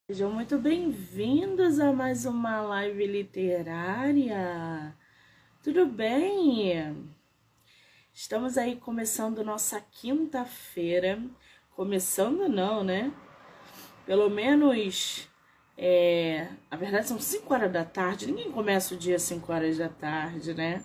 Sejam muito bem-vindos a mais uma live literária. Tudo bem? Estamos aí começando nossa quinta-feira. Começando não, né? Pelo menos, na verdade são 5 horas da tarde. Ninguém começa o dia às 5 horas da tarde, né?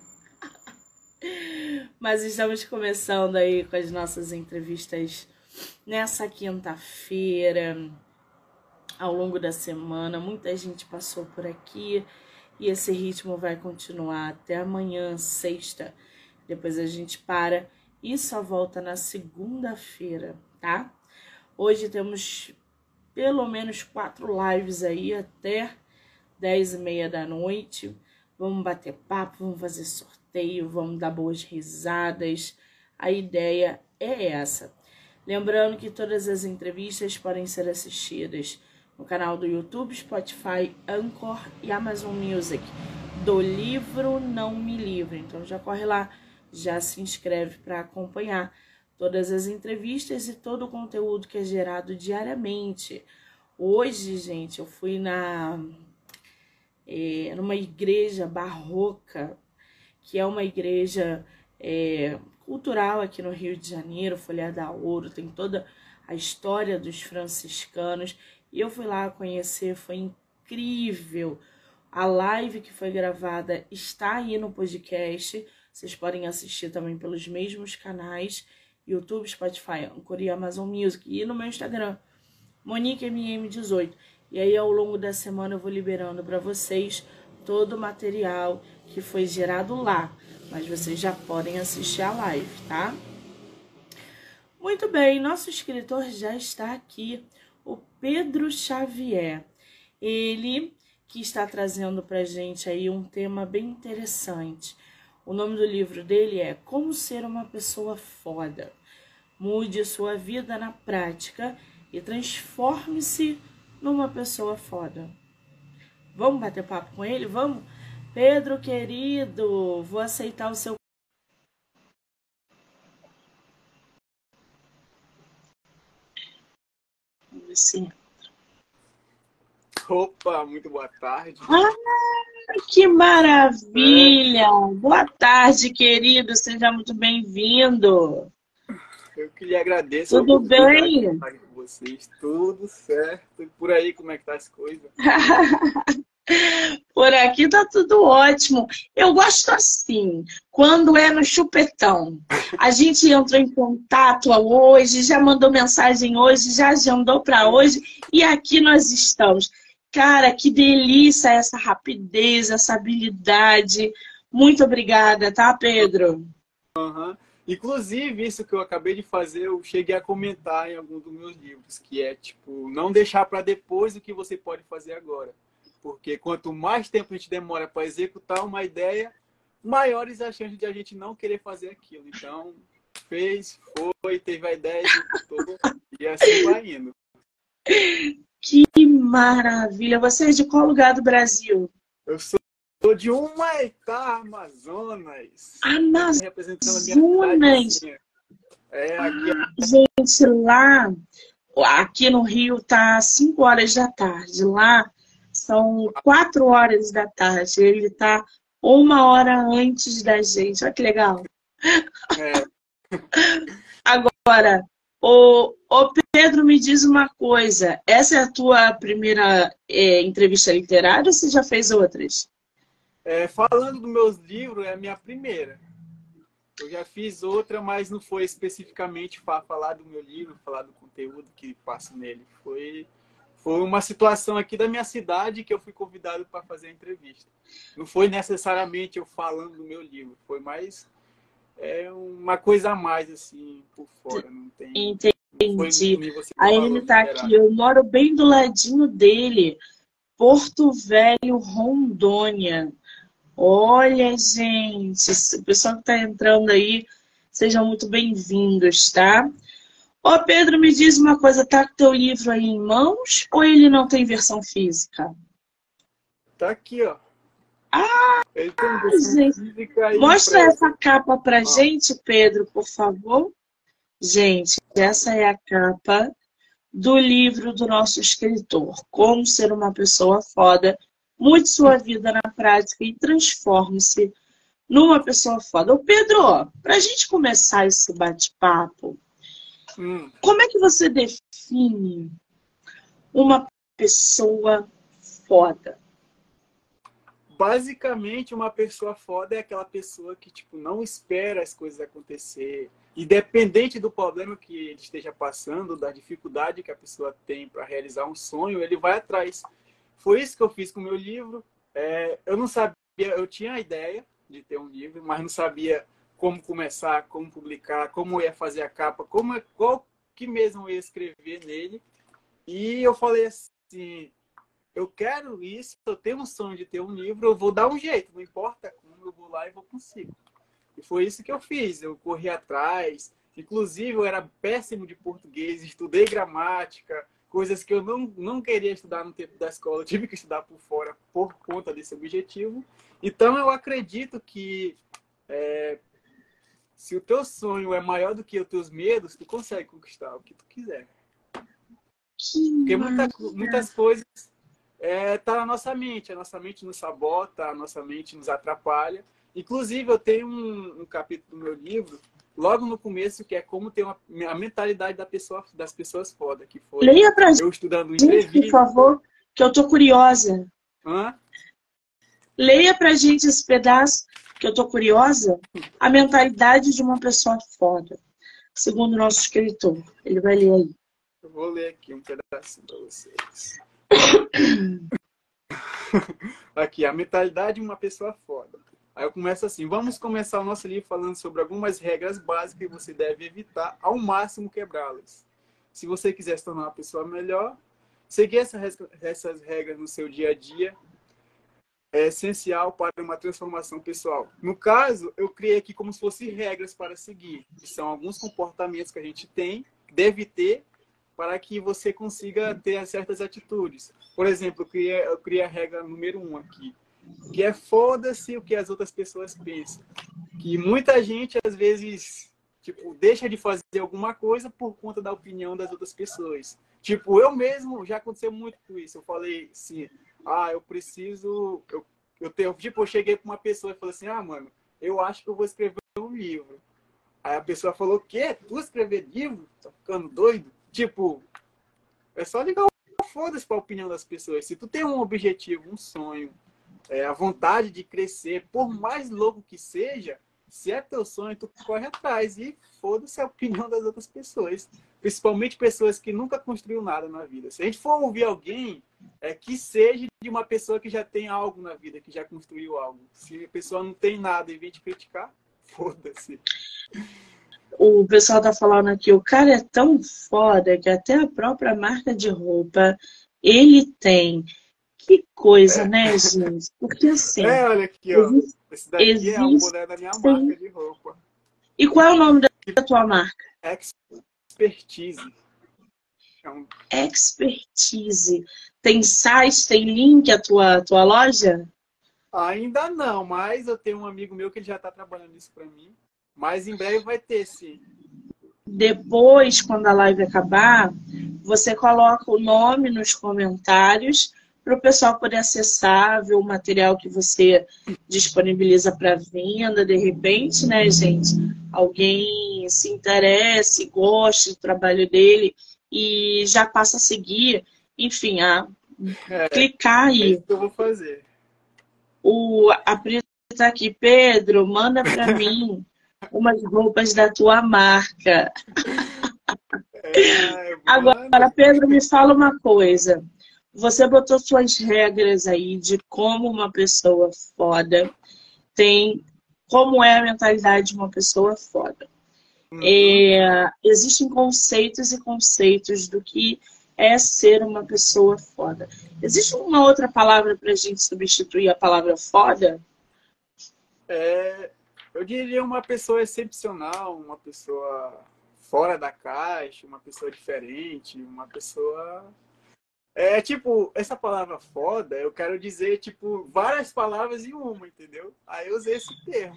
Mas estamos começando aí com as nossas entrevistas nessa quinta-feira. Ao longo da semana, muita gente passou por aqui e esse ritmo vai continuar até amanhã, sexta. Depois a gente para e só volta na segunda-feira, tá? Hoje temos pelo menos 4 lives aí até 10h30 da noite. Vamos bater papo, vamos fazer sorteio, vamos dar boas risadas. A ideia é essa. Lembrando que todas as entrevistas podem ser assistidas no canal do YouTube, Spotify, Anchor e Amazon Music, do livro Não Me Livre. Então já corre lá, já se inscreve para acompanhar todas as entrevistas e todo o conteúdo que é gerado diariamente. Hoje, gente, eu fui numa igreja barroca, que é uma igreja cultural aqui no Rio de Janeiro, folhada a ouro, tem toda a história dos franciscanos. E eu fui lá conhecer, foi incrível. A live que foi gravada está aí no podcast. Vocês podem assistir também pelos mesmos canais, YouTube, Spotify, Anchor e Amazon Music. E no meu Instagram, MoniqueMM18. E aí, ao longo da semana, eu vou liberando para vocês todo o material que foi gerado lá. Mas vocês já podem assistir a live, tá? Muito bem, nosso escritor já está aqui, o Pedro Xavier. Ele que está trazendo pra gente aí um tema bem interessante. O nome do livro dele é Como Ser Uma Pessoa Foda. Mude sua vida na prática e transforme-se numa pessoa foda. Vamos bater papo com ele? Vamos? Pedro, querido, vou aceitar o seu... Vamos ver se... Opa, muito boa tarde. Que maravilha! Boa tarde, querido. Seja muito bem-vindo. Eu que lhe agradeço a Tudo oportunidade de bem? estar aqui com vocês. Tudo certo. E por aí, como é que tá as coisas? Por aqui tá tudo ótimo. Eu gosto assim, quando é no chupetão. A gente entrou em contato hoje, já mandou mensagem hoje, já agendou para hoje e aqui nós estamos. Cara, que delícia essa rapidez, essa habilidade. Muito obrigada, tá, Pedro? Uhum. Inclusive, isso que eu acabei de fazer, eu cheguei a comentar em algum dos meus livros, que é, tipo, não deixar para depois o que você pode fazer agora. Porque quanto mais tempo a gente demora para executar uma ideia, maiores as chances de a gente não querer fazer aquilo. Então, fez, foi, teve a ideia, executou, e assim vai indo. Que maravilha! Você é de qual lugar do Brasil? Eu sou de Humaitá, Amazonas. Aqui representando a minha Amazonas! cidadezinha. Aqui é Gente, lá, aqui no Rio tá 5 horas da tarde. Lá são 4 horas da tarde. Ele tá 1 hora antes da gente. Olha que legal. é, Agora, o Pedro, me diz uma coisa. Essa é a tua primeira entrevista literária ou você já fez outras? falando dos meus livros, é a minha primeira. Eu já fiz outra, mas não foi especificamente para falar do meu livro, falar do conteúdo que passo nele. Foi uma situação aqui da minha cidade que eu fui convidado para fazer a entrevista. Não foi necessariamente eu falando do meu livro, foi mais uma coisa a mais, assim, por fora. Não foi Entendi. no nível você Aí falou, ele tá literário. aqui, eu moro bem do ladinho dele. Porto Velho, Rondônia. Olha, gente, o pessoal que está entrando aí, sejam muito bem-vindos, tá? Ô, Pedro, me diz uma coisa, tá com teu livro aí em mãos ou ele não tem versão física? Tá aqui, ó. Ah, Ele tem versão gente, física e mostra impressa. essa capa pra Ó, gente, Pedro, por favor. Gente, essa é a capa do livro do nosso escritor, Como Ser uma Pessoa Foda. Mude sua vida na prática e transforme-se numa pessoa foda. Ô Pedro, para a gente começar esse bate-papo, como é que você define uma pessoa foda? Basicamente, uma pessoa foda é aquela pessoa que, tipo, não espera as coisas acontecer. Independente do problema que ele esteja passando, da dificuldade que a pessoa tem para realizar um sonho, ele vai atrás. Foi isso que eu fiz com o meu livro. Eu não sabia, eu tinha a ideia de ter um livro, mas não sabia como começar, como publicar, como eu ia fazer a capa, qual que mesmo eu ia escrever nele. E eu falei assim, eu quero isso, eu tenho um sonho de ter um livro, eu vou dar um jeito, não importa como, eu vou lá e vou consigo. E foi isso que eu fiz, eu corri atrás, inclusive eu era péssimo de português, estudei gramática, coisas que eu não queria estudar no tempo da escola, eu tive que estudar por fora por conta desse objetivo. Então eu acredito que se o teu sonho é maior do que os teus medos, tu consegue conquistar o que tu quiser. Porque muitas coisas tá na nossa mente. A nossa mente nos sabota, a nossa mente nos atrapalha. Inclusive, eu tenho um capítulo do meu livro, logo no começo, que é como ter a mentalidade das pessoas foda, que foi Leia pra eu estudando gente, por favor, que eu tô curiosa. Hã? Leia pra gente esse pedaço, que eu tô curiosa. A mentalidade de uma pessoa foda, segundo o nosso escritor. Ele vai ler aí. Eu vou ler aqui um pedacinho para vocês. Aqui, a mentalidade de uma pessoa foda. Aí eu começo assim, vamos começar o nosso livro falando sobre algumas regras básicas que você deve evitar ao máximo quebrá-las. Se você quiser se tornar uma pessoa melhor, seguir essas regras no seu dia a dia é essencial para uma transformação pessoal. No caso, eu criei aqui como se fossem regras para seguir, que são alguns comportamentos que a gente deve ter para que você consiga ter certas atitudes. Por exemplo, eu criei a regra número 1 aqui, que é foda-se o que as outras pessoas pensam. Que muita gente, às vezes, tipo, deixa de fazer alguma coisa por conta da opinião das outras pessoas. Tipo, eu mesmo, já aconteceu muito com isso. Eu falei assim, eu preciso... eu cheguei para uma pessoa e falei assim, mano, eu acho que eu vou escrever um livro. Aí a pessoa falou, o quê? Tu escrever livro? Tá ficando doido? Tipo, é só ligar o foda-se para a opinião das pessoas. Se tu tem um objetivo, um sonho, a vontade de crescer, por mais louco que seja, se é teu sonho, tu corre atrás e foda-se a opinião das outras pessoas. Principalmente pessoas que nunca construíram nada na vida. Se a gente for ouvir alguém, que seja de uma pessoa que já tem algo na vida, que já construiu algo. Se a pessoa não tem nada e vem te criticar, foda-se. O pessoal tá falando aqui, o cara é tão foda que até a própria marca de roupa ele tem. Que coisa, né, gente? Porque assim... olha aqui, ó. Esse daqui é o boné da minha marca de roupa. E qual é o nome da tua marca? Expertise. Expertise. Tem site, tem link a tua loja? Ainda não, mas eu tenho um amigo meu que ele já está trabalhando isso para mim. Mas em breve vai ter, sim. Depois, quando a live acabar, você coloca o nome nos comentários para o pessoal poder acessar, ver o material que você disponibiliza para venda. De repente, né, gente? Alguém se interesse, goste do trabalho dele e já passa a seguir, enfim, a clicar aí. É isso que eu vou fazer. A Pri tá aqui, Pedro, manda para mim umas roupas da tua marca. Agora, Pedro, me fala uma coisa. Você botou suas regras aí de como uma pessoa foda tem, como é a mentalidade de uma pessoa foda. Existem conceitos e conceitos do que é ser uma pessoa foda. Existe uma outra palavra para a gente substituir a palavra foda? Eu diria uma pessoa excepcional, uma pessoa fora da caixa, uma pessoa diferente, uma pessoa... tipo, essa palavra foda, eu quero dizer, tipo, várias palavras em uma, entendeu? Aí eu usei esse termo.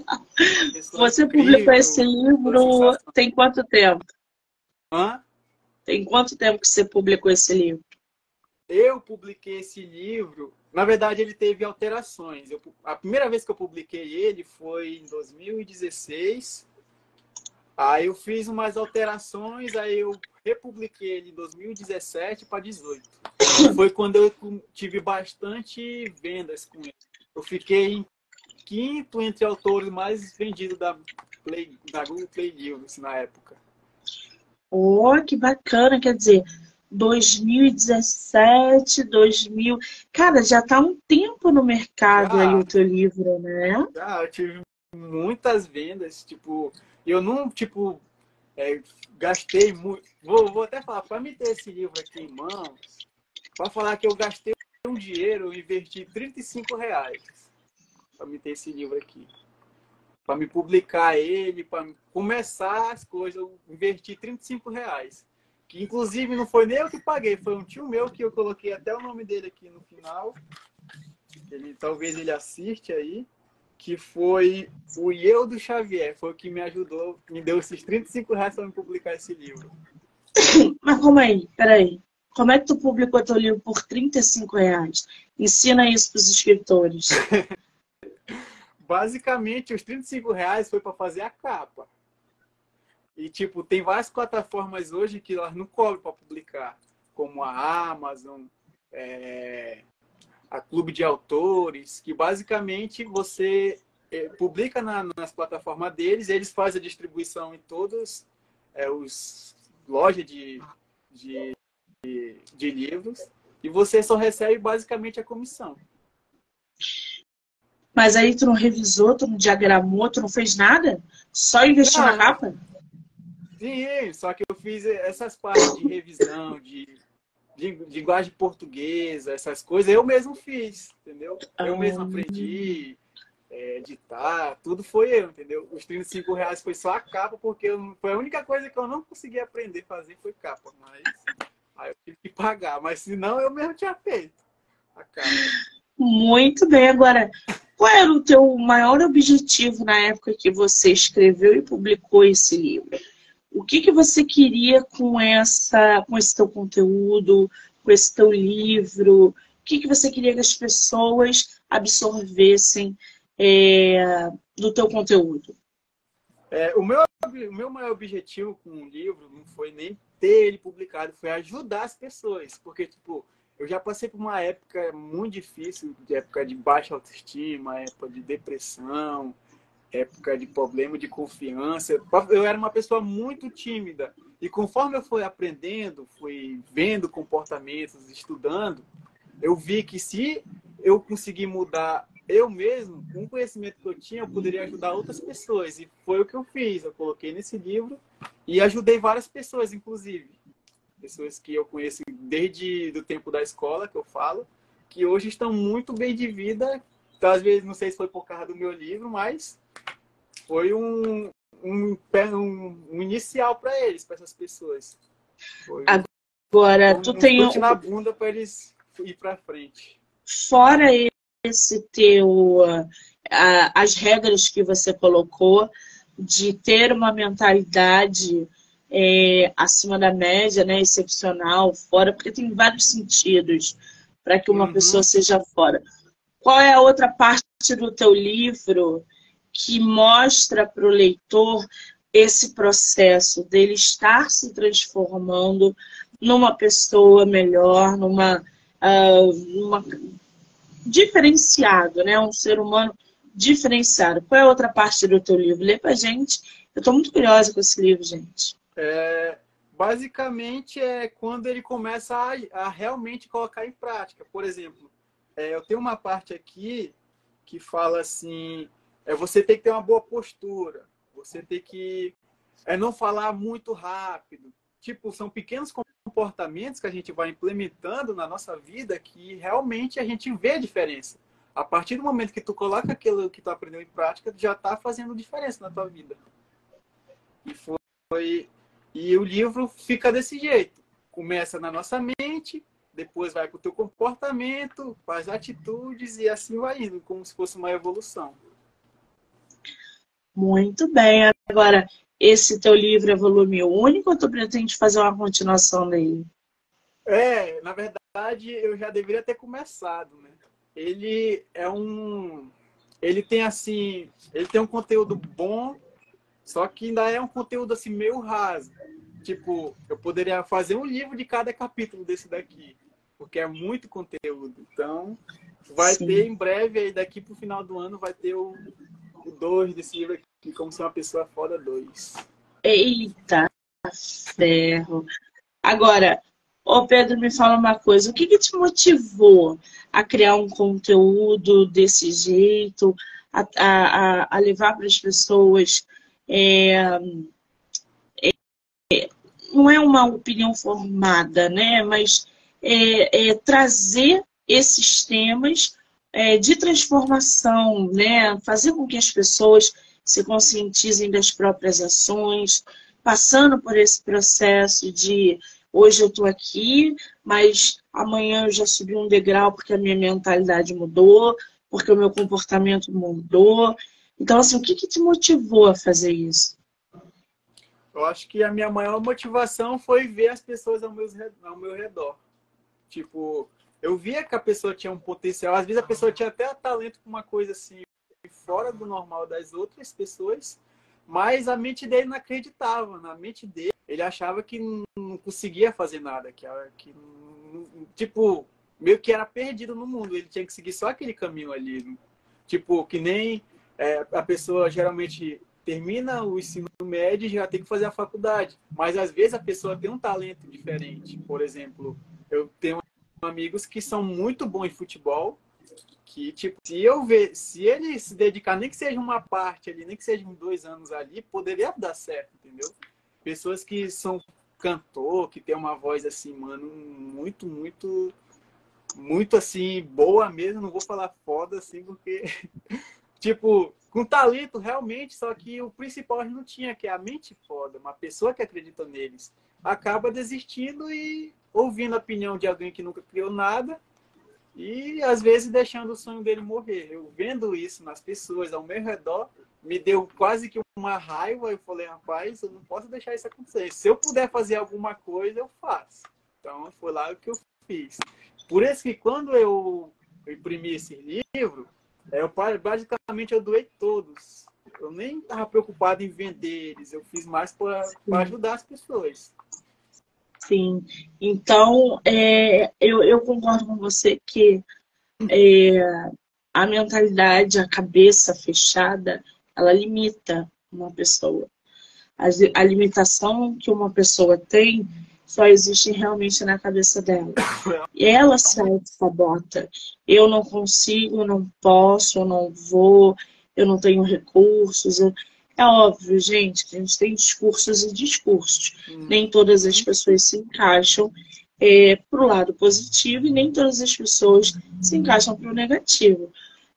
Você publicou esse livro tem quanto tempo? Hã? Tem quanto tempo que você publicou esse livro? Eu publiquei esse livro, na verdade ele teve alterações. A primeira vez que eu publiquei ele foi em 2016. Aí eu fiz umas alterações, aí eu republiquei ele em 2017 para 2018. Foi quando eu tive bastante vendas com ele. Eu fiquei em quinto entre autores mais vendidos da Google Play Livros na época. Oh, que bacana, quer dizer, 2017, 2000... Cara, já tá há um tempo no mercado aí Já, o teu livro, né? já eu tive muitas vendas, tipo, eu não, tipo, gastei muito. Vou até falar, para me ter esse livro aqui em mãos, para falar que eu gastei um dinheiro, eu investi R$ 35 para me ter esse livro aqui. Para me publicar ele, para começar as coisas, eu investi R$ 35. Que inclusive não foi nem eu que paguei, foi um tio meu que eu coloquei até o nome dele aqui no final. Talvez ele assiste aí. Que foi o Ieldo Xavier, foi o que me ajudou, me deu esses R$ 35 para me publicar esse livro. Mas como aí? Peraí. Como é que tu publicou teu livro por R$ 35? Ensina isso para os escritores. Basicamente, os R$ 35 foi para fazer a capa. E, tipo, tem várias plataformas hoje que elas não cobram para publicar, como a Amazon, a Clube de Autores, que basicamente você publica nas plataformas deles, eles fazem a distribuição em todas os lojas de livros, e você só recebe basicamente a comissão. Mas aí tu não revisou, tu não diagramou, tu não fez nada? Só investiu na Não, capa? sim, só que eu fiz essas partes de revisão, de linguagem portuguesa, essas coisas, eu mesmo fiz, entendeu? Eu mesmo aprendi editar, tudo foi eu, entendeu? Os R$ 35 foi só a capa, porque foi a única coisa que eu não consegui aprender a fazer foi capa, mas aí eu tive que pagar, mas senão eu mesmo tinha feito a capa. Muito bem. Agora, qual era o teu maior objetivo na época que você escreveu e publicou esse livro? O que você queria com esse teu conteúdo, com esse teu livro? O que você queria que as pessoas absorvessem do teu conteúdo? O meu maior objetivo com o livro não foi nem ter ele publicado, foi ajudar as pessoas, porque, tipo, eu já passei por uma época muito difícil, de época de baixa autoestima, época de depressão, época de problema de confiança. Eu era uma pessoa muito tímida. E conforme eu fui aprendendo, fui vendo comportamentos, estudando, eu vi que se eu conseguir mudar eu mesmo, com o conhecimento que eu tinha, eu poderia ajudar outras pessoas. E foi o que eu fiz. Eu coloquei nesse livro e ajudei várias pessoas, inclusive. Pessoas que eu conheço desde o tempo da escola, que eu falo, que hoje estão muito bem de vida. Então, às vezes, não sei se foi por causa do meu livro, mas foi um inicial para eles, para essas pessoas. Foi Agora, tu tem chute na bunda para eles ir para frente. fora esse teu as regras que você colocou de ter uma mentalidade acima da média, né, excepcional, fora, porque tem vários sentidos para que uma pessoa seja fora. Qual é a outra parte do teu livro que mostra para o leitor esse processo dele estar se transformando numa pessoa melhor, numa diferenciado, né? Um ser humano diferenciado. Qual é a outra parte do teu livro? Lê pra gente. Eu estou muito curiosa com esse livro, gente. Basicamente é quando ele começa a realmente colocar em prática. Por exemplo, eu tenho uma parte aqui que fala assim, você tem que ter uma boa postura, você tem que não falar muito rápido. Tipo, são pequenos comportamentos que a gente vai implementando na nossa vida que realmente a gente vê a diferença. A partir do momento que tu coloca aquilo que tu aprendeu em prática, tu já está fazendo diferença na tua vida. E o livro fica desse jeito. Começa na nossa mente, depois vai para o teu comportamento, faz atitudes e assim vai indo, como se fosse uma evolução. Muito bem. Agora, esse teu livro é volume único ou tu pretende fazer uma continuação dele? Na verdade, eu já deveria ter começado, né? Ele é um... Ele tem, assim... Ele tem um conteúdo bom, só que ainda é um conteúdo, assim, meio raso. Tipo, eu poderia fazer um livro de cada capítulo desse daqui, porque é muito conteúdo. Então, vai ter Sim. em breve, aí daqui pro final do ano, vai ter o 2 desse livro aqui, Como Ser uma Pessoa Foda 2. Eita, ferro. Agora, ô Pedro, me fala uma coisa. O que que te motivou a criar um conteúdo desse jeito, a levar para as pessoas? é, não é uma opinião formada, né? Mas trazer esses temas de transformação, né? Fazer com que as pessoas se conscientizem das próprias ações, passando por esse processo de hoje eu estou aqui, mas amanhã eu já subi um degrau porque a minha mentalidade mudou, porque o meu comportamento mudou. Então, assim, o que que te motivou a fazer isso? Eu acho que a minha maior motivação foi ver as pessoas ao meu redor. Tipo, eu via que a pessoa tinha um potencial. Às vezes a pessoa tinha até talento com uma coisa assim, fora do normal das outras pessoas, mas a mente dele não acreditava. Na mente dele, ele achava que não conseguia fazer nada, tipo, meio que era perdido no mundo. Ele tinha que seguir só aquele caminho ali. Tipo, que nem a pessoa geralmente termina o ensino médio e já tem que fazer a faculdade. Mas às vezes a pessoa tem um talento diferente. Por exemplo, eu tenho amigos que são muito bons em futebol, que, tipo, se ele se dedicar, nem que seja uma parte ali, nem que seja 2 anos ali, poderia dar certo, entendeu? Pessoas que são cantor, que tem uma voz assim, mano, muito, muito, muito assim, boa mesmo, não vou falar foda assim, porque tipo, com talento realmente, só que o principal a gente não tinha, que é a mente foda, uma pessoa que acredita neles, acaba desistindo e ouvindo a opinião de alguém que nunca criou nada e às vezes deixando o sonho dele morrer. Eu vendo isso nas pessoas ao meu redor, me deu quase que uma raiva. Eu falei, rapaz, eu não posso deixar isso acontecer. Se eu puder fazer alguma coisa, eu faço. Então foi lá o que eu fiz. Por isso que quando eu imprimi esse livro, basicamente eu doei todos. Eu nem estava preocupado em vender eles, eu fiz mais para ajudar as pessoas. Sim, então eu concordo com você que a mentalidade, a cabeça fechada, ela limita uma pessoa. A limitação que uma pessoa tem só existe realmente na cabeça dela. E ela se auto-sabota. Eu não consigo, eu não posso, eu não vou, eu não tenho recursos. É óbvio, gente, que a gente tem discursos e discursos. Nem todas as pessoas se encaixam para o lado positivo e nem todas as pessoas se encaixam para o negativo.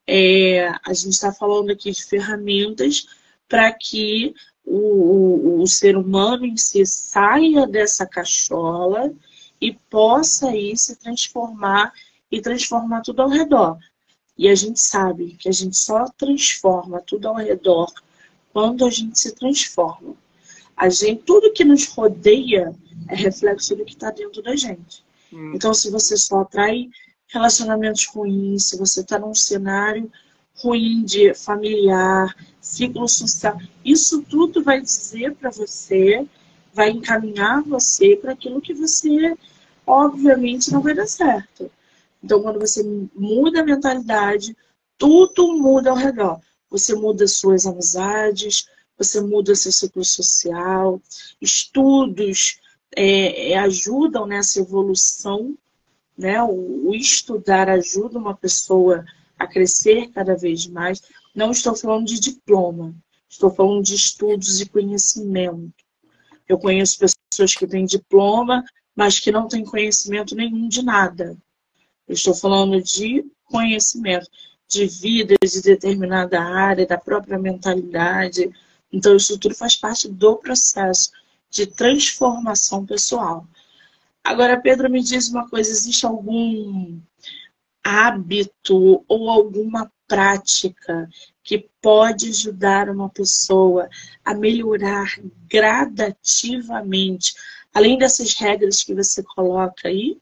A gente está falando aqui de ferramentas para que o ser humano em si saia dessa cachola e possa aí se transformar e transformar tudo ao redor. E a gente sabe que a gente só transforma tudo ao redor quando a gente se transforma. Tudo que nos rodeia é reflexo do que está dentro da gente. Então, se você só atrai relacionamentos ruins, se você está num cenário ruim de familiar, ciclo social, isso tudo vai dizer para você, vai encaminhar você para aquilo que você, obviamente, não vai dar certo. Então, quando você muda a mentalidade, tudo muda ao redor. Você muda suas amizades, você muda seu ciclo social, estudos ajudam nessa evolução, né? O estudar ajuda uma pessoa a crescer cada vez mais. Não estou falando de diploma, estou falando de estudos e conhecimento. Eu conheço pessoas que têm diploma, mas que não têm conhecimento nenhum de nada. Eu estou falando de conhecimento, de vida, de determinada área, da própria mentalidade. Então, isso tudo faz parte do processo de transformação pessoal. Agora, Pedro, me diz uma coisa: existe algum hábito ou alguma prática que pode ajudar uma pessoa a melhorar gradativamente, além dessas regras que você coloca aí?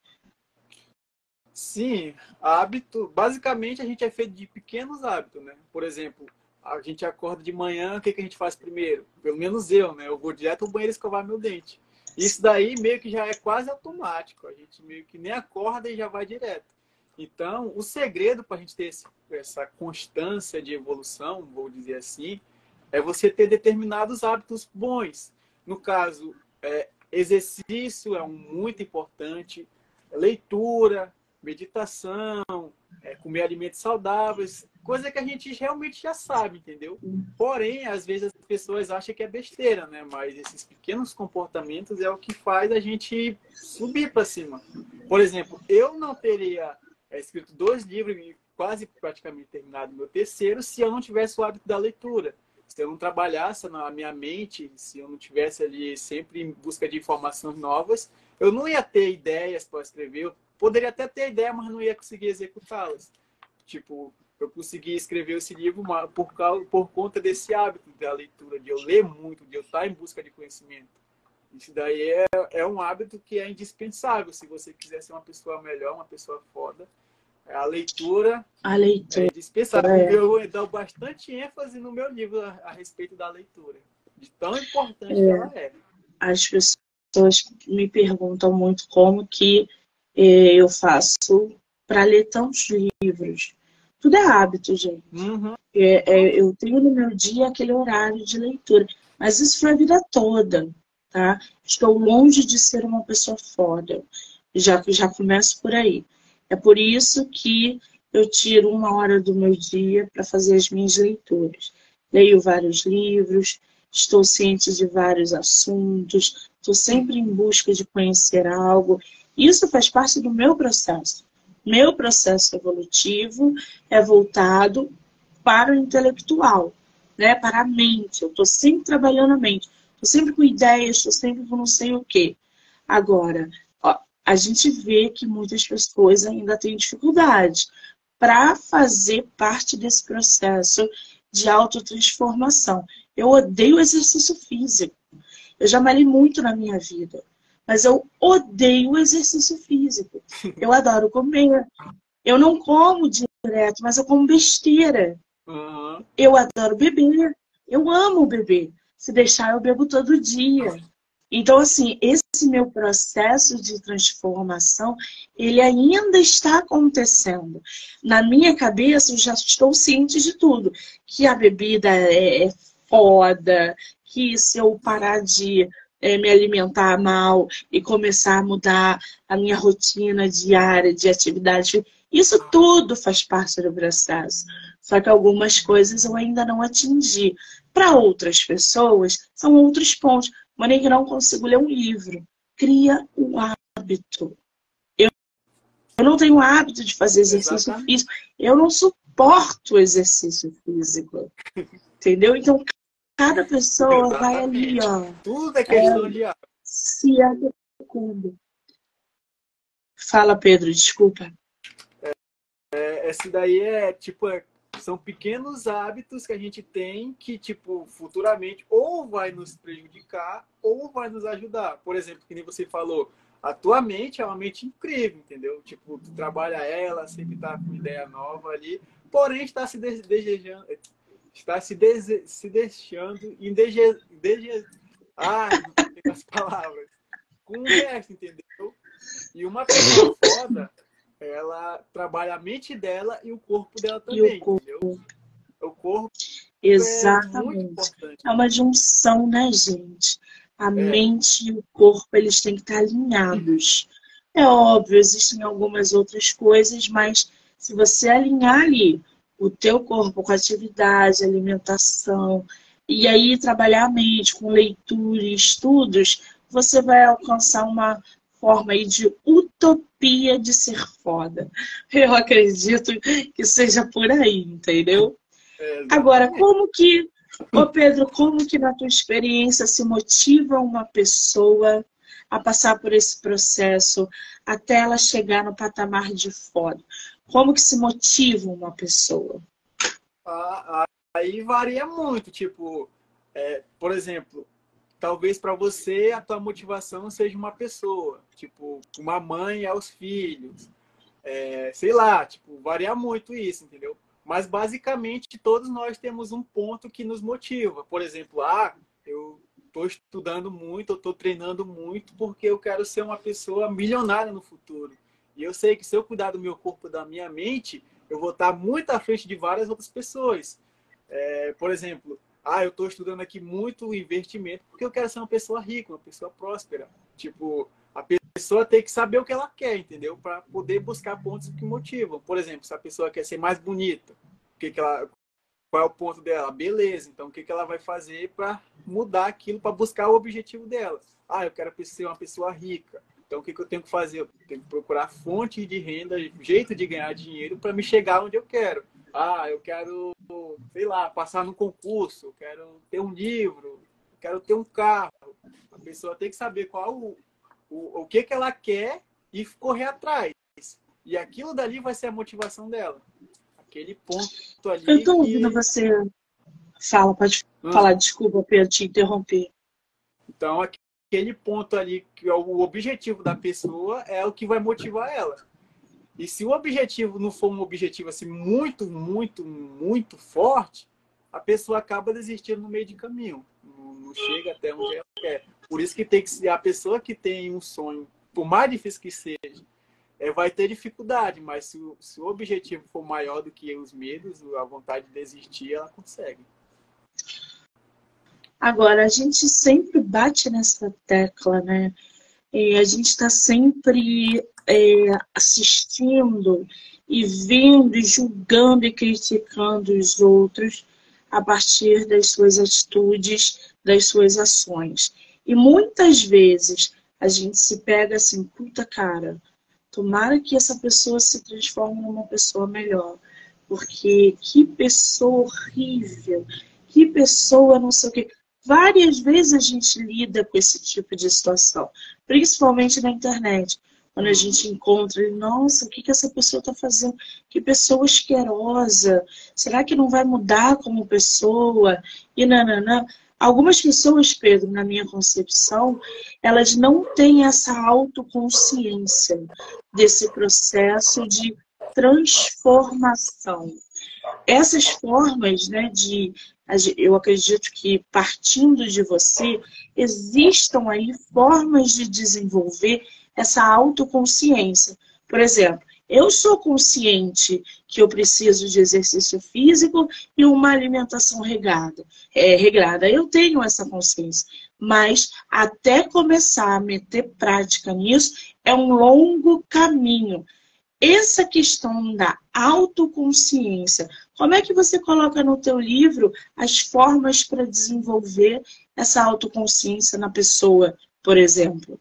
Sim, hábito, basicamente a gente é feito de pequenos hábitos, né? Por exemplo, a gente acorda de manhã, o que que a gente faz primeiro? Pelo menos eu, né? Eu vou direto ao banheiro escovar meu dente. Isso daí meio que já é quase automático. A gente meio que nem acorda e já vai direto. Então, o segredo para a gente ter essa constância de evolução, vou dizer assim, é você ter determinados hábitos bons. No caso, exercício é muito importante, leitura, meditação, comer alimentos saudáveis, coisa que a gente realmente já sabe, entendeu? Porém, às vezes as pessoas acham que é besteira, né? Mas esses pequenos comportamentos é o que faz a gente subir para cima. Por exemplo, eu não teria escrito 2 livros e quase praticamente terminado meu terceiro se eu não tivesse o hábito da leitura. Se eu não trabalhasse na minha mente, se eu não tivesse ali sempre em busca de informações novas, eu não ia ter ideias para escrever. Eu poderia até ter ideia, mas não ia conseguir executá-las. Tipo, eu consegui escrever esse livro por conta desse hábito da leitura, de eu ler muito, de eu estar em busca de conhecimento. Isso daí é um hábito que é indispensável se você quiser ser uma pessoa melhor, uma pessoa foda. A leitura A leitura. é indispensável. Eu dou bastante ênfase no meu livro a respeito da leitura, de tão importante que ela é. As pessoas me perguntam muito como que eu faço para ler tantos livros. Tudo é hábito, gente. Uhum. Eu tenho no meu dia aquele horário de leitura, mas isso foi a vida toda, tá? Estou longe de ser uma pessoa foda. Já começo por aí. É por isso que eu tiro 1 hora do meu dia para fazer as minhas leituras. Leio vários livros, estou ciente de vários assuntos, estou sempre em busca de conhecer algo. Isso faz parte do meu processo. Meu processo evolutivo é voltado para o intelectual, né? Para a mente. Eu estou sempre trabalhando a mente. Estou sempre com ideias, estou sempre com não sei o quê. Agora, a gente vê que muitas pessoas ainda têm dificuldade para fazer parte desse processo de autotransformação. Eu odeio exercício físico. Eu já malhei muito na minha vida, mas eu odeio exercício físico. Eu adoro comer. Eu não como direto, mas eu como besteira. Uhum. Eu adoro beber. Eu amo beber. Se deixar, eu bebo todo dia. Então, assim, esse meu processo de transformação, ele ainda está acontecendo. Na minha cabeça, eu já estou ciente de tudo. Que a bebida é foda, que se eu parar de me alimentar mal e começar a mudar a minha rotina diária de atividade, isso tudo faz parte do processo. Só que algumas coisas eu ainda não atingi. Para outras pessoas, são outros pontos. Mas nem que não consigo ler um livro. Cria o hábito. Eu não tenho o hábito de fazer exercício físico. Eu não suporto exercício físico. Entendeu? Então, cada pessoa vai ali, ó. Tudo é questão de hábito. Se adequando. Fala, Pedro, desculpa. Esse daí são pequenos hábitos que a gente tem que, tipo, futuramente ou vai nos prejudicar ou vai nos ajudar. Por exemplo, que nem você falou, a tua mente é uma mente incrível, entendeu? Tipo, tu trabalha ela, sempre tá com ideia nova ali, porém está se desejando, está se deixando não tenho as palavras. Com o resto, entendeu? E uma pessoa foda, ela trabalha a mente dela e o corpo dela também, entendeu? O corpo Exatamente. é muito importante. É uma junção, né, gente? A mente e o corpo, eles têm que estar alinhados. É óbvio, existem algumas outras coisas, mas se você alinhar ali o teu corpo com atividade, alimentação, e aí trabalhar a mente com leitura e estudos, você vai alcançar uma forma aí de utopia de ser foda. Eu acredito que seja por aí, entendeu? Agora, ô Pedro, como que na tua experiência se motiva uma pessoa a passar por esse processo até ela chegar no patamar de foda? Como que se motiva uma pessoa? Aí varia muito, tipo, por exemplo, talvez para você a tua motivação seja uma pessoa, tipo, uma mãe aos filhos, sei lá, tipo, varia muito isso, entendeu? Mas basicamente todos nós temos um ponto que nos motiva. Por exemplo, eu estou estudando muito, eu estou treinando muito porque eu quero ser uma pessoa milionária no futuro. E eu sei que se eu cuidar do meu corpo, da minha mente, eu vou estar muito à frente de várias outras pessoas. Por exemplo, eu estou estudando aqui muito investimento porque eu quero ser uma pessoa rica, uma pessoa próspera. Tipo, a pessoa tem que saber o que ela quer, entendeu? Para poder buscar pontos que motivam. Por exemplo, se a pessoa quer ser mais bonita, qual é o ponto dela? Beleza, então o que ela vai fazer para mudar aquilo, para buscar o objetivo dela? Eu quero ser uma pessoa rica. Então o que eu tenho que fazer? Eu tenho que procurar fonte de renda, jeito de ganhar dinheiro para me chegar onde eu quero. Eu quero, sei lá, passar no concurso, eu quero ter um livro, eu quero ter um carro. A pessoa tem que saber qual o que ela quer e correr atrás. E aquilo dali vai ser a motivação dela. Aquele ponto Eu ali estou ouvindo que... você. Fala, pode falar, desculpa, Pedro, te interromper. Então, aquele ponto ali, que é o objetivo da pessoa, é o que vai motivar ela. E se o objetivo não for um objetivo assim muito, muito, muito forte, a pessoa acaba desistindo no meio de caminho. Não chega até onde ela quer. Por isso que tem que ser a pessoa que tem um sonho, por mais difícil que seja, vai ter dificuldade, mas se o objetivo for maior do que os medos, a vontade de desistir, ela consegue. Agora, a gente sempre bate nessa tecla, né? E a gente está sempre assistindo e vendo, e julgando e criticando os outros a partir das suas atitudes, das suas ações. E muitas vezes a gente se pega assim, puta cara, tomara que essa pessoa se transforme numa pessoa melhor. Porque que pessoa horrível, que pessoa não sei o quê. Várias vezes a gente lida com esse tipo de situação, principalmente na internet. Quando a gente encontra, nossa, o que essa pessoa está fazendo? Que pessoa asquerosa. Será que não vai mudar como pessoa? E nananã. Algumas pessoas, Pedro, na minha concepção, elas não têm essa autoconsciência desse processo de transformação. Essas formas, né, eu acredito que partindo de você, existam aí formas de desenvolver essa autoconsciência. Por exemplo, eu sou consciente que eu preciso de exercício físico e uma alimentação regrada. Eu tenho essa consciência. Mas até começar a meter prática nisso é um longo caminho. Essa questão da autoconsciência, como é que você coloca no teu livro as formas para desenvolver essa autoconsciência na pessoa, por exemplo?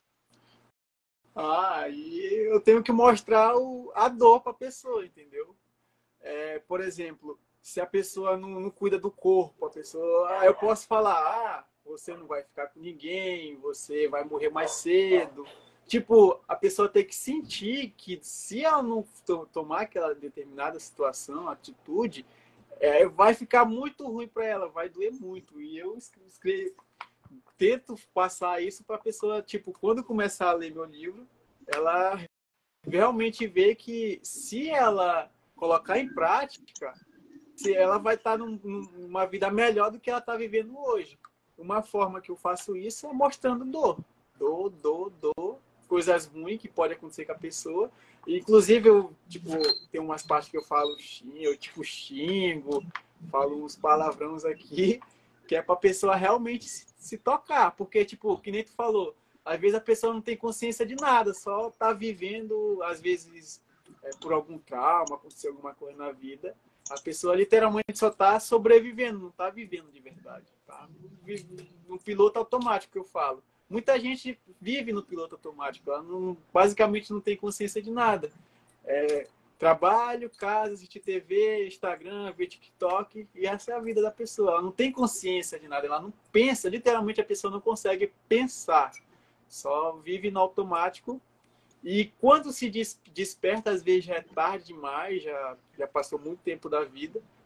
E eu tenho que mostrar a dor para a pessoa, entendeu? Por exemplo, se a pessoa não cuida do corpo, a pessoa, eu posso falar, você não vai ficar com ninguém, você vai morrer mais cedo. Tipo, a pessoa tem que sentir que se ela não tomar aquela determinada situação, atitude, vai ficar muito ruim para ela, vai doer muito. E eu tento passar isso para a pessoa, tipo, quando começar a ler meu livro, ela realmente ver que se ela colocar em prática, se ela vai estar numa vida melhor do que ela está vivendo hoje. Uma forma que eu faço isso é mostrando dor, coisas ruins que pode acontecer com a pessoa. Inclusive, tem umas partes que eu falo, eu xingo, falo uns palavrões aqui, que é para a pessoa realmente se tocar. Porque, que nem tu falou, às vezes a pessoa não tem consciência de nada, só tá vivendo, às vezes, por algum trauma, aconteceu alguma coisa na vida. A pessoa literalmente só tá sobrevivendo, não tá vivendo de verdade. Tá no piloto automático que eu falo. Muita gente vive no piloto automático, ela basicamente não tem consciência de nada. Trabalho, casa, assistir TV, Instagram, ver TikTok, e essa é a vida da pessoa. Ela não tem consciência de nada, ela não pensa, literalmente a pessoa não consegue pensar, só vive no automático. E quando se desperta, às vezes já é tarde demais, já passou muito tempo da vida,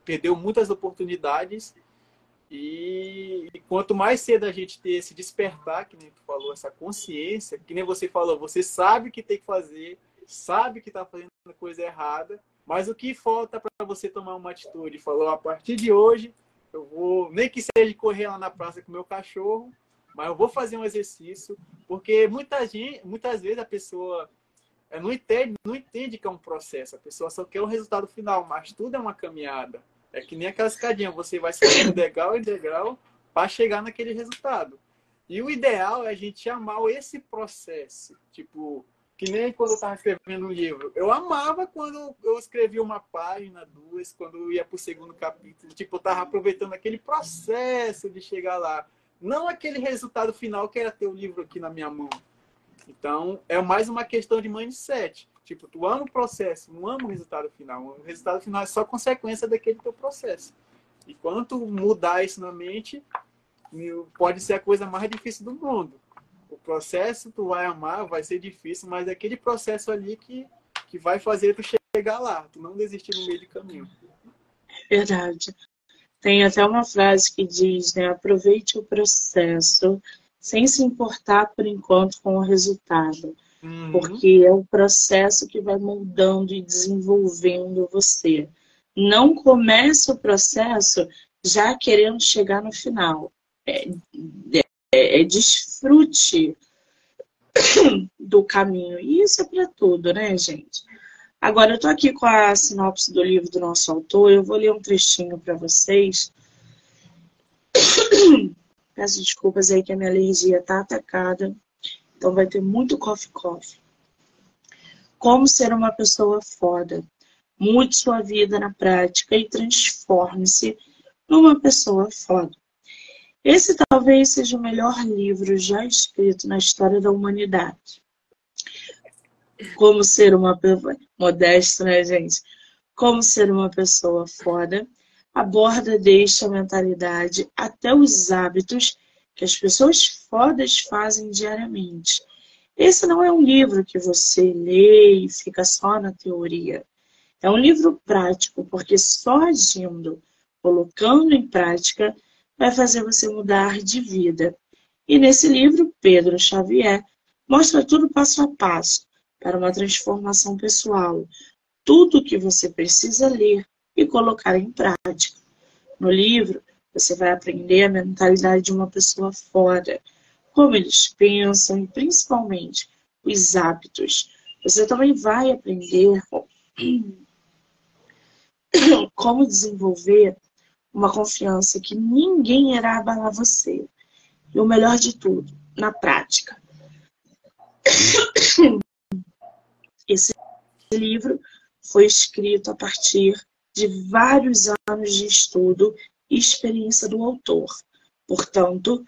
perdeu muitas oportunidades. E quanto mais cedo a gente ter esse despertar, que nem tu falou, essa consciência, que nem você falou, você sabe o que tem que fazer, sabe que está fazendo coisa errada, mas o que falta para você tomar uma atitude? Falou, a partir de hoje, eu vou, nem que seja correr lá na praça com o meu cachorro, mas eu vou fazer um exercício, porque muitas vezes a pessoa não entende que é um processo, a pessoa só quer o resultado final, mas tudo é uma caminhada. É que nem aquela escadinha, você vai subindo degrau em degrau para chegar naquele resultado. E o ideal é a gente amar esse processo. Tipo, que nem quando eu estava escrevendo um livro. Eu amava quando eu escrevia uma página, duas, quando eu ia para o segundo capítulo. Tipo, eu estava aproveitando aquele processo de chegar lá. Não aquele resultado final que era ter o livro aqui na minha mão. Então, é mais uma questão de mindset. Tipo, tu ama o processo, não ama o resultado final. O resultado final é só consequência daquele teu processo. E quando tu mudar isso na mente, pode ser a coisa mais difícil do mundo. O processo tu vai amar, vai ser difícil, mas é aquele processo ali que vai fazer tu chegar lá. Tu não desistir no meio do caminho. Verdade. Tem até uma frase que diz, né? Aproveite o processo sem se importar, por enquanto, com o resultado. Porque é o processo que vai moldando e desenvolvendo você. Não comece o processo já querendo chegar no final. Desfrute do caminho. E isso é para tudo, né, gente? Agora, eu estou aqui com a sinopse do livro do nosso autor. Eu vou ler um trechinho para vocês. Peço desculpas aí que a minha alergia está atacada. Então vai ter muito coffee. Como ser uma pessoa foda. Mude sua vida na prática e transforme-se numa pessoa foda. Esse talvez seja o melhor livro já escrito na história da humanidade. Como ser uma pessoa... Modesto, né, gente? Como ser uma pessoa foda. Aborda desde a mentalidade até os hábitos que as pessoas fodas fazem diariamente. Esse não é um livro que você lê e fica só na teoria. É um livro prático, porque só agindo, colocando em prática, vai fazer você mudar de vida. E nesse livro, Pedro Xavier mostra tudo passo a passo para uma transformação pessoal. Tudo o que você precisa ler e colocar em prática. No livro, você vai aprender a mentalidade de uma pessoa fora, como eles pensam e principalmente os hábitos. Você também vai aprender como desenvolver uma confiança que ninguém irá abalar você. E o melhor de tudo, na prática. Esse livro foi escrito a partir de vários anos de estudo e experiência do autor. Portanto,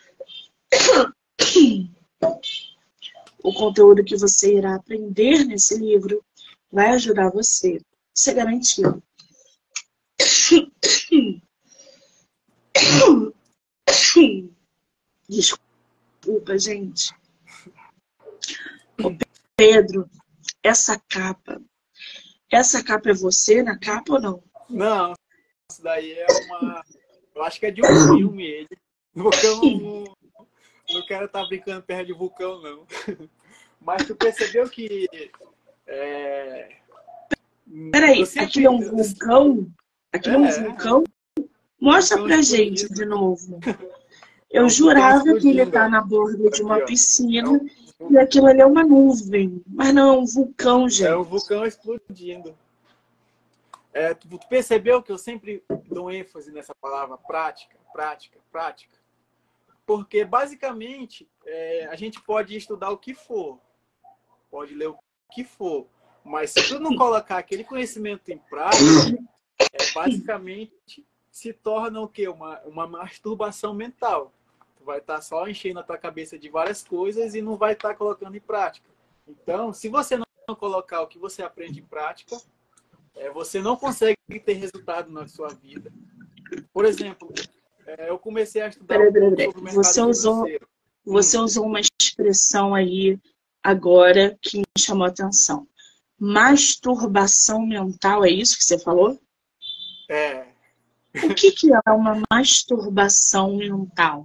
o conteúdo que você irá aprender nesse livro vai ajudar você. Isso é garantido. Desculpa, gente. Ô, Pedro, essa capa é você na capa ou não? Não, isso daí é uma... Eu acho que é de um filme ele. Vulcão, não quero estar brincando perto de vulcão, não. Mas tu percebeu que... Peraí, aquilo é um vulcão? Aquilo é um vulcão? Mostra pra gente de novo. Eu jurava que ele tá na borda de uma piscina e aquilo ali é uma nuvem. Mas não, é um vulcão, gente. É um vulcão explodindo. Tu percebeu que eu sempre dou ênfase nessa palavra prática, prática, prática? Porque, basicamente, a gente pode estudar o que for, pode ler o que for, mas se tu não colocar aquele conhecimento em prática, basicamente se torna o quê? Uma masturbação mental. Tu vai estar só enchendo a tua cabeça de várias coisas e não vai estar colocando em prática. Então, se você não colocar o que você aprende em prática, você não consegue ter resultado na sua vida. Por exemplo, eu comecei a estudar sobre o mercado financeiro. Você usou uma expressão aí agora que me chamou a atenção. Masturbação mental, é isso que você falou? O que é uma masturbação mental?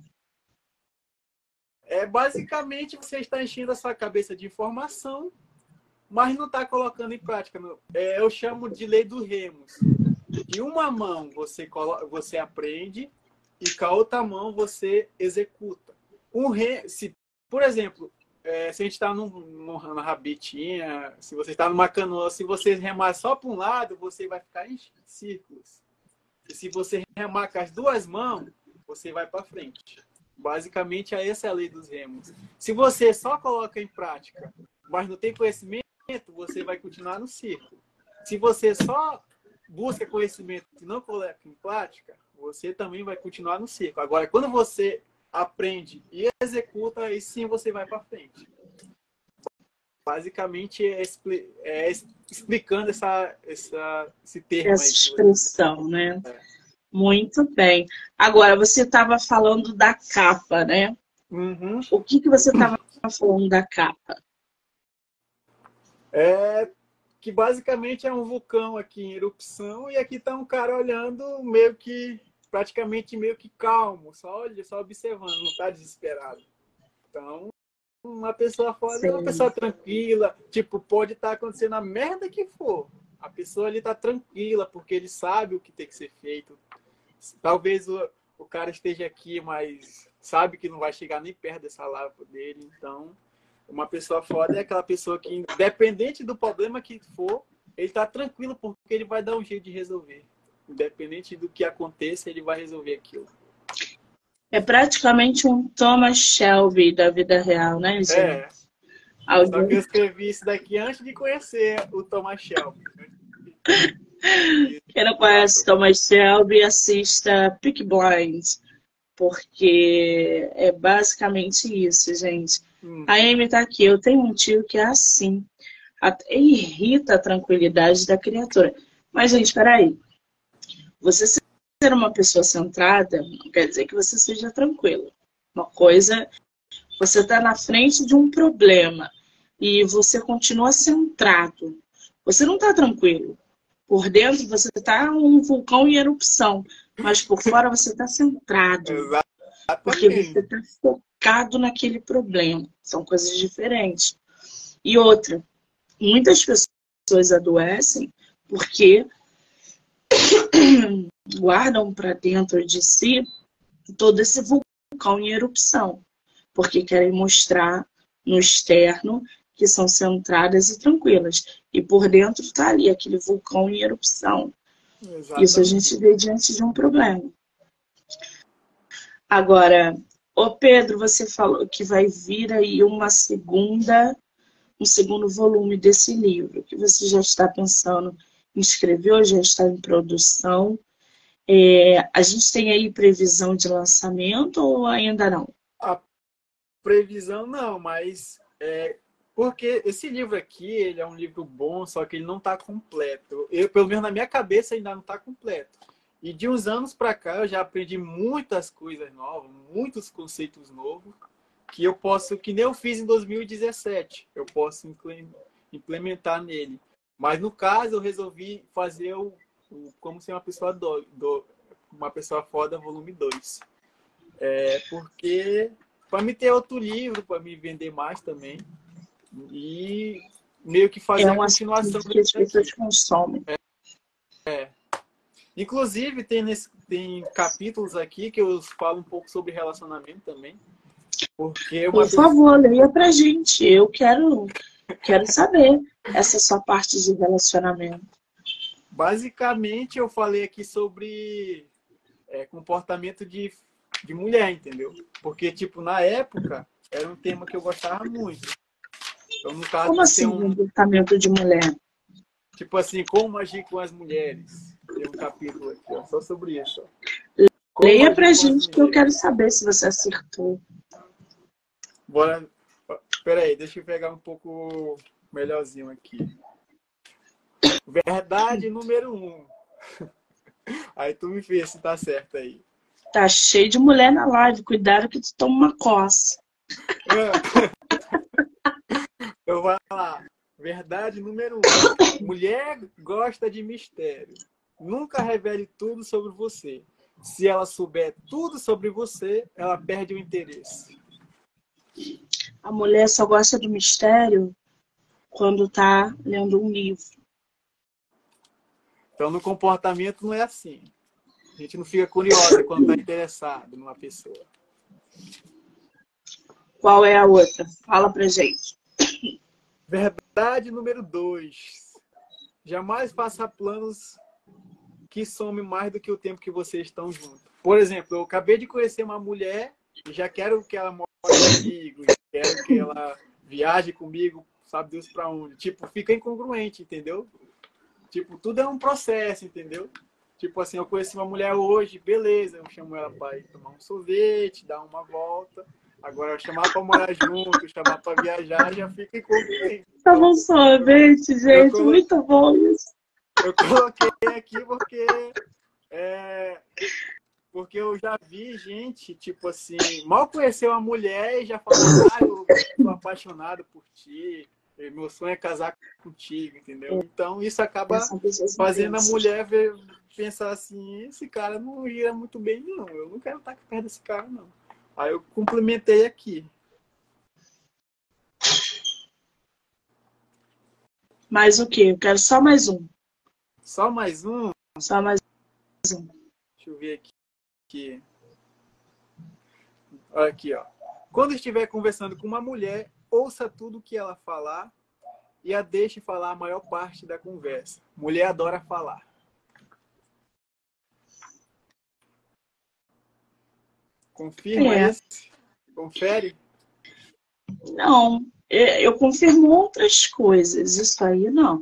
Basicamente você está enchendo a sua cabeça de informação, mas não está colocando em prática. Eu chamo de lei do remos. De uma mão você aprende e com a outra mão você executa. Por exemplo, se a gente está numa rabitinha, se você está numa canoa, se você remar só para um lado, você vai ficar em círculos. E se você remar com as duas mãos, você vai para frente. Basicamente, essa é a lei dos remos. Se você só coloca em prática, mas não tem conhecimento, você vai continuar no círculo. Se você só busca conhecimento e não coloca em prática, você também vai continuar no círculo. Agora, quando você aprende e executa, aí sim você vai para frente. Basicamente, explicando esse termo Essa aí. expressão, né? Muito bem. Agora, você estava falando da capa, né? Uhum. O que você estava falando da capa? Que basicamente é um vulcão aqui em erupção e aqui está um cara olhando praticamente meio que calmo, só observando, não está desesperado. Então, uma pessoa foda é uma pessoa tranquila, tipo, pode estar acontecendo a merda que for. A pessoa ali está tranquila porque ele sabe o que tem que ser feito. Talvez o cara esteja aqui, mas sabe que não vai chegar nem perto dessa lava dele. Então, uma pessoa foda é aquela pessoa que, independente do problema que for, ele tá tranquilo porque ele vai dar um jeito de resolver. Independente do que aconteça, ele vai resolver aquilo. É praticamente um Thomas Shelby da vida real, né, gente? Só que eu escrevi isso daqui antes de conhecer o Thomas Shelby. Quem não conhece Thomas Shelby, assista Peaky Blinders, porque é basicamente isso, gente. A Amy tá aqui. Eu tenho um tio que é assim. Até irrita a tranquilidade da criatura. Mas, gente, peraí. Você ser uma pessoa centrada não quer dizer que você seja tranquilo. Uma coisa, você está na frente de um problema e você continua centrado. Você não está tranquilo. Por dentro você está um vulcão em erupção, mas por fora você está centrado. Exatamente. Porque você está focado naquele problema. São coisas diferentes. E outra, muitas pessoas adoecem porque guardam para dentro de si todo esse vulcão em erupção, porque querem mostrar no externo que são centradas e tranquilas. E por dentro está ali aquele vulcão em erupção. Exatamente. Isso a gente vê diante de um problema. Agora, Pedro, você falou que vai vir aí um segundo volume desse livro, que você já está pensando em escrever ou já está em produção. A gente tem aí previsão de lançamento ou ainda não? A previsão não, mas porque esse livro aqui, ele é um livro bom, só que ele não está completo. Pelo menos na minha cabeça, ainda não está completo. E de uns anos para cá, eu já aprendi muitas coisas novas, muitos conceitos novos, que nem eu fiz em 2017, eu posso implementar nele. Mas no caso, eu resolvi fazer Como Ser uma Pessoa uma Pessoa Foda, volume 2. Porque para me ter outro livro, para me vender mais também. E meio que fazer a continuação que as pessoas consomem. Inclusive, tem capítulos aqui que eu falo um pouco sobre relacionamento também. Porque Por favor, leia pra gente. Eu quero saber essa sua parte de relacionamento. Basicamente, eu falei aqui sobre comportamento de mulher, entendeu? Porque, tipo, na época, era um tema que eu gostava muito. Então, no caso, como assim, comportamento de mulher? Tipo assim, como agir com as mulheres. Tem um capítulo aqui, ó, só sobre isso. Leia pra gente que eu quero saber se você acertou. Bora. Peraí, deixa eu pegar um pouco melhorzinho aqui. Verdade número 1. Aí tu me vê se tá certo aí. Tá cheio de mulher na live. Cuidado que tu toma uma coça. Então vai lá. Verdade número 1. Mulher gosta de mistério. Nunca revele tudo sobre você. Se ela souber tudo sobre você, ela perde o interesse. A mulher só gosta do mistério quando está lendo um livro. Então, no comportamento não é assim. A gente não fica curiosa quando está interessado numa pessoa. Qual é a outra? Fala pra gente. Verdade número 2. Jamais faça planos que some mais do que o tempo que vocês estão juntos. Por exemplo, eu acabei de conhecer uma mulher e já quero que ela more comigo, quero que ela viaje comigo, sabe Deus pra onde. Tipo, fica incongruente, entendeu? Tipo, tudo é um processo, entendeu? Tipo assim, eu conheci uma mulher hoje, beleza, eu chamo ela para ir tomar um sorvete, dar uma volta. Agora, eu chamar para morar junto, chamar para viajar, já fica incongruente. Tá bom, sorvete, gente, muito bom isso. Eu coloquei aqui porque eu já vi gente, tipo assim, mal conheceu uma mulher e já falou, eu tô apaixonado por ti, meu sonho é casar contigo, entendeu? Então, isso acaba fazendo a mulher pensar assim, esse cara não ia muito bem, não. Eu não quero estar perto desse cara, não. Aí eu complementei aqui. Mais o quê? Eu quero só mais um. Só mais um? Só mais um. Deixa eu ver aqui. Olha aqui, ó. Quando estiver conversando com uma mulher, ouça tudo que ela falar e a deixe falar a maior parte da conversa. Mulher adora falar. Confirma esse? Confere? Não, eu confirmo outras coisas. Isso aí não.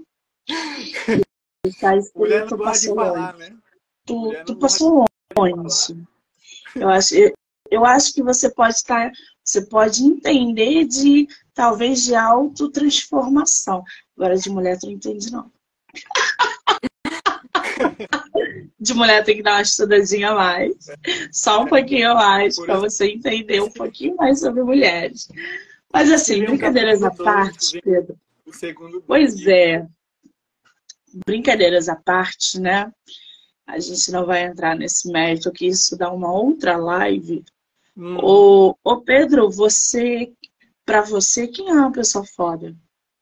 Mulher não gosta de falar, né? Tu passou longe. Eu acho que você pode entender de talvez de autotransformação. Agora de mulher tu não entende, não. De mulher tem que dar uma estudadinha a mais. Só um pouquinho a mais, para você entender um pouquinho mais sobre mulheres. Mas assim, brincadeiras à parte, Pedro. Pois é. Brincadeiras à parte, né? A gente não vai entrar nesse mérito, que isso dá uma outra live. Ô Pedro, para você, quem é uma pessoa foda?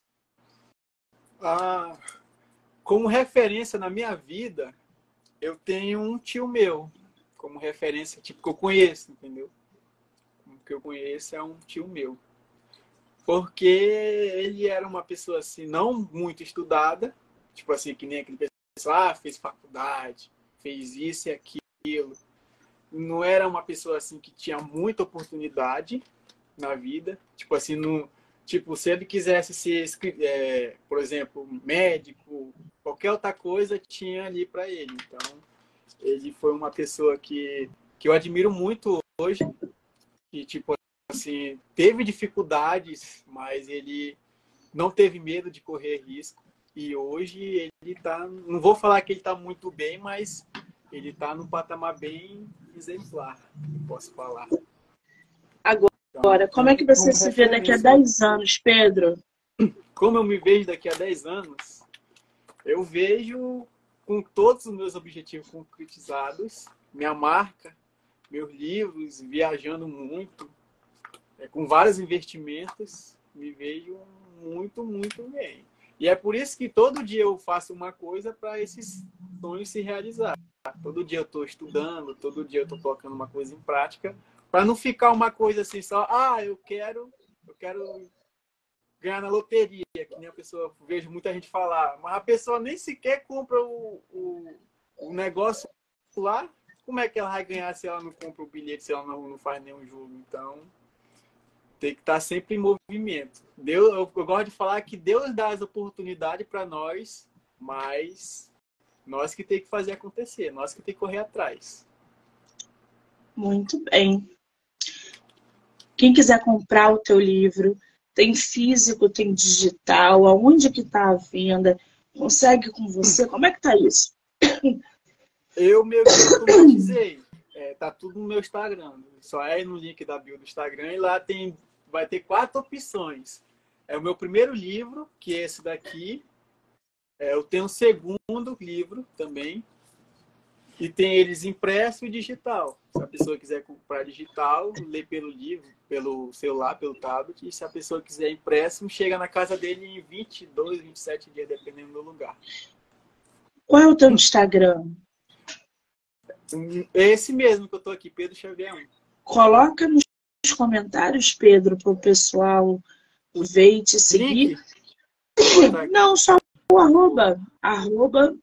Como referência na minha vida, eu tenho um tio meu, como referência, tipo, que eu conheço, entendeu? O que eu conheço é um tio meu. Porque ele era uma pessoa, assim, não muito estudada, tipo assim, que nem aquele pessoal, fez faculdade, fez isso e aquilo. Não era uma pessoa, assim, que tinha muita oportunidade na vida. Tipo assim, tipo, se ele quisesse ser, por exemplo, médico, qualquer outra coisa tinha ali para ele. Então, ele foi uma pessoa que eu admiro muito hoje, que, tipo assim, teve dificuldades, mas ele não teve medo de correr risco. E hoje ele tá, não vou falar que ele está muito bem, mas ele está num patamar bem exemplar, posso falar. Agora, como é que você se vê daqui a 10 anos, Pedro? Como eu me vejo daqui a 10 anos? Eu vejo com todos os meus objetivos concretizados, minha marca, meus livros, viajando muito, com vários investimentos, me vejo muito, muito bem. E é por isso que todo dia eu faço uma coisa para esses sonhos se realizar. Todo dia eu estou estudando, todo dia eu estou colocando uma coisa em prática, para não ficar uma coisa assim só, eu quero ganhar na loteria, que nem a pessoa, vejo muita gente falar, mas a pessoa nem sequer compra o negócio lá, como é que ela vai ganhar se ela não compra o bilhete, se ela não faz nenhum jogo? Então, tem que estar sempre em movimento. Eu gosto de falar que Deus dá as oportunidades para nós, mas nós que tem que fazer acontecer, nós que tem que correr atrás. Muito bem. Quem quiser comprar o teu livro, tem físico, tem digital, aonde que está a venda? Consegue com você? Como é que tá isso? Eu meio que automatizei. Tá tudo no meu Instagram. Só é no link da bio do Instagram e lá vai ter 4 opções. É o meu primeiro livro, que é esse daqui. Eu tenho um segundo livro também, E tem eles impresso e digital. Se a pessoa quiser comprar digital, lê pelo livro, pelo celular, pelo tablet. E se a pessoa quiser impresso, chega na casa dele em 22, 27 dias, dependendo do lugar. Qual é o teu Instagram? É esse mesmo que eu tô aqui, Pedro Xavier 1. Coloca nos comentários, Pedro, para o pessoal ver e te seguir. Link? Não, só o arroba. Arroba.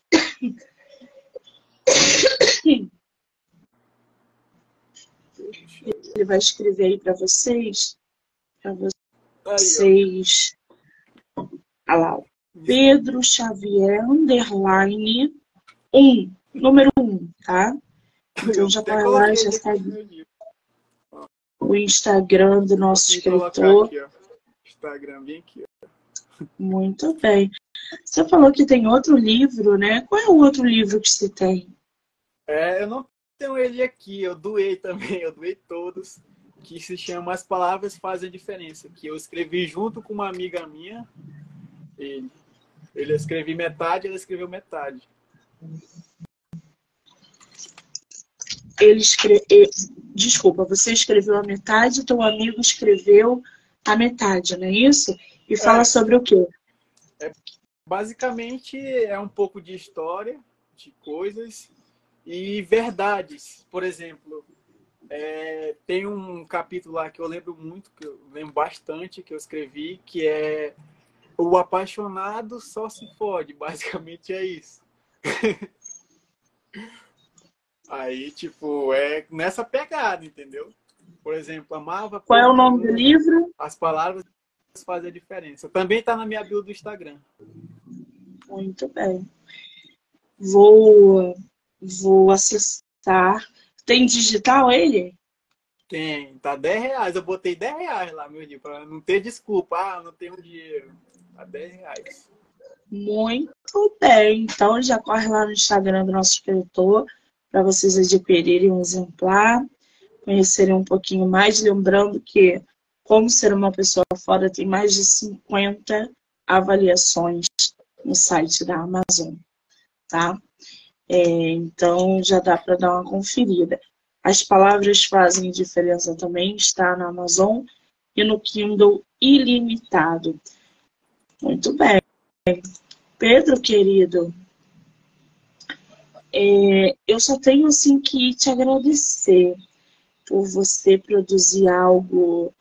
Ele vai escrever aí para vocês. Para vocês. Olha lá. Pedro Xavier, _1. Número 1, tá? Então já vai lá, já segue o Instagram do nosso escritor. Aqui, ó. Instagram bem aqui, ó. Muito bem. Você falou que tem outro livro, né? Qual é o outro livro que você tem? Eu não tenho ele aqui, eu doei também, eu doei todos, que se chama As Palavras Fazem a Diferença, que eu escrevi junto com uma amiga minha. Ele escrevi metade, ela escreveu metade. Desculpa, você escreveu a metade, teu amigo escreveu a metade, não é isso? E fala sobre o quê? Basicamente é um pouco de história, de coisas e verdades. Por exemplo, tem um capítulo lá que eu lembro muito, que eu lembro bastante, que eu escrevi, que é o apaixonado só se fode. Basicamente é isso. Aí, tipo, é nessa pegada, entendeu? Por exemplo, amava... Qual é o nome do livro? As Palavras Fazem a Diferença. Também está na minha bio do Instagram. Muito bem. Vou acessar. Tem digital ele? Tem. Tá R$10. Eu botei R$10 lá, meu livro, para não ter desculpa. Não tenho dinheiro. Tá R$10. Muito bem. Então já corre lá no Instagram do nosso escritor para vocês adquirirem um exemplar, conhecerem um pouquinho mais, lembrando que Como Ser uma Pessoa Foda tem mais de 50 avaliações no site da Amazon, tá? Então já dá para dar uma conferida. As Palavras Fazem Diferença também está na Amazon e no Kindle ilimitado. Muito bem. Pedro, querido, eu só tenho assim que te agradecer por você produzir algo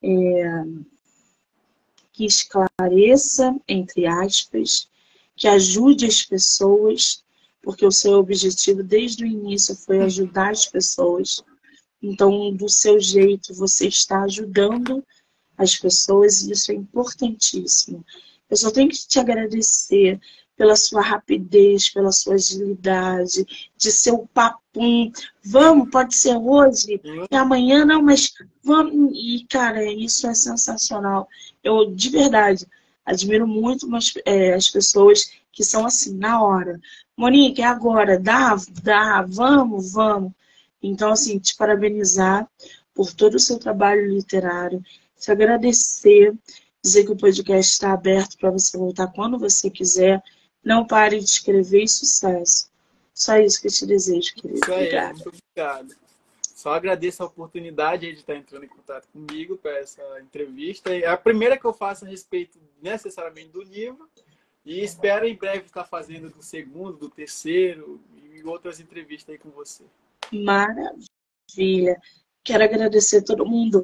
que esclareça, entre aspas, que ajude as pessoas, porque o seu objetivo desde o início foi ajudar as pessoas. Então, do seu jeito, você está ajudando as pessoas e isso é importantíssimo. Eu só tenho que te agradecer pela sua rapidez, pela sua agilidade, de seu papum. Vamos, pode ser hoje e amanhã, não, mas vamos. E, cara, isso é sensacional. Eu, de verdade, admiro muito as pessoas que são assim, na hora. Monique, é agora, dá, vamos. Então, assim, te parabenizar por todo o seu trabalho literário, te agradecer, dizer que o podcast está aberto para você voltar quando você quiser. Não pare de escrever e sucesso. Só isso que eu te desejo, querido. Isso aí, obrigada. muito obrigado. Só agradeço a oportunidade de estar entrando em contato comigo para essa entrevista. É a primeira que eu faço a respeito necessariamente do livro. E espero em breve estar fazendo do segundo, do terceiro e outras entrevistas aí com você. Maravilha. Quero agradecer a todo mundo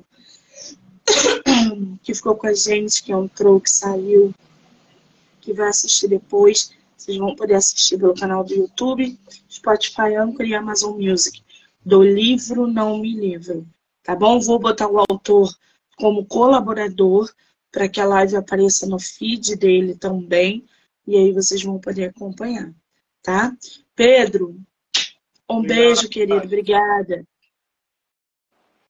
que ficou com a gente, que entrou, que saiu, que vai assistir depois. Vocês vão poder assistir pelo canal do YouTube, Spotify, Anchor e Amazon Music. Do livro Não Me Livro. Tá bom? Vou botar o autor como colaborador para que a live apareça no feed dele também. E aí vocês vão poder acompanhar. Tá? Pedro, um beijo, querido. Obrigada.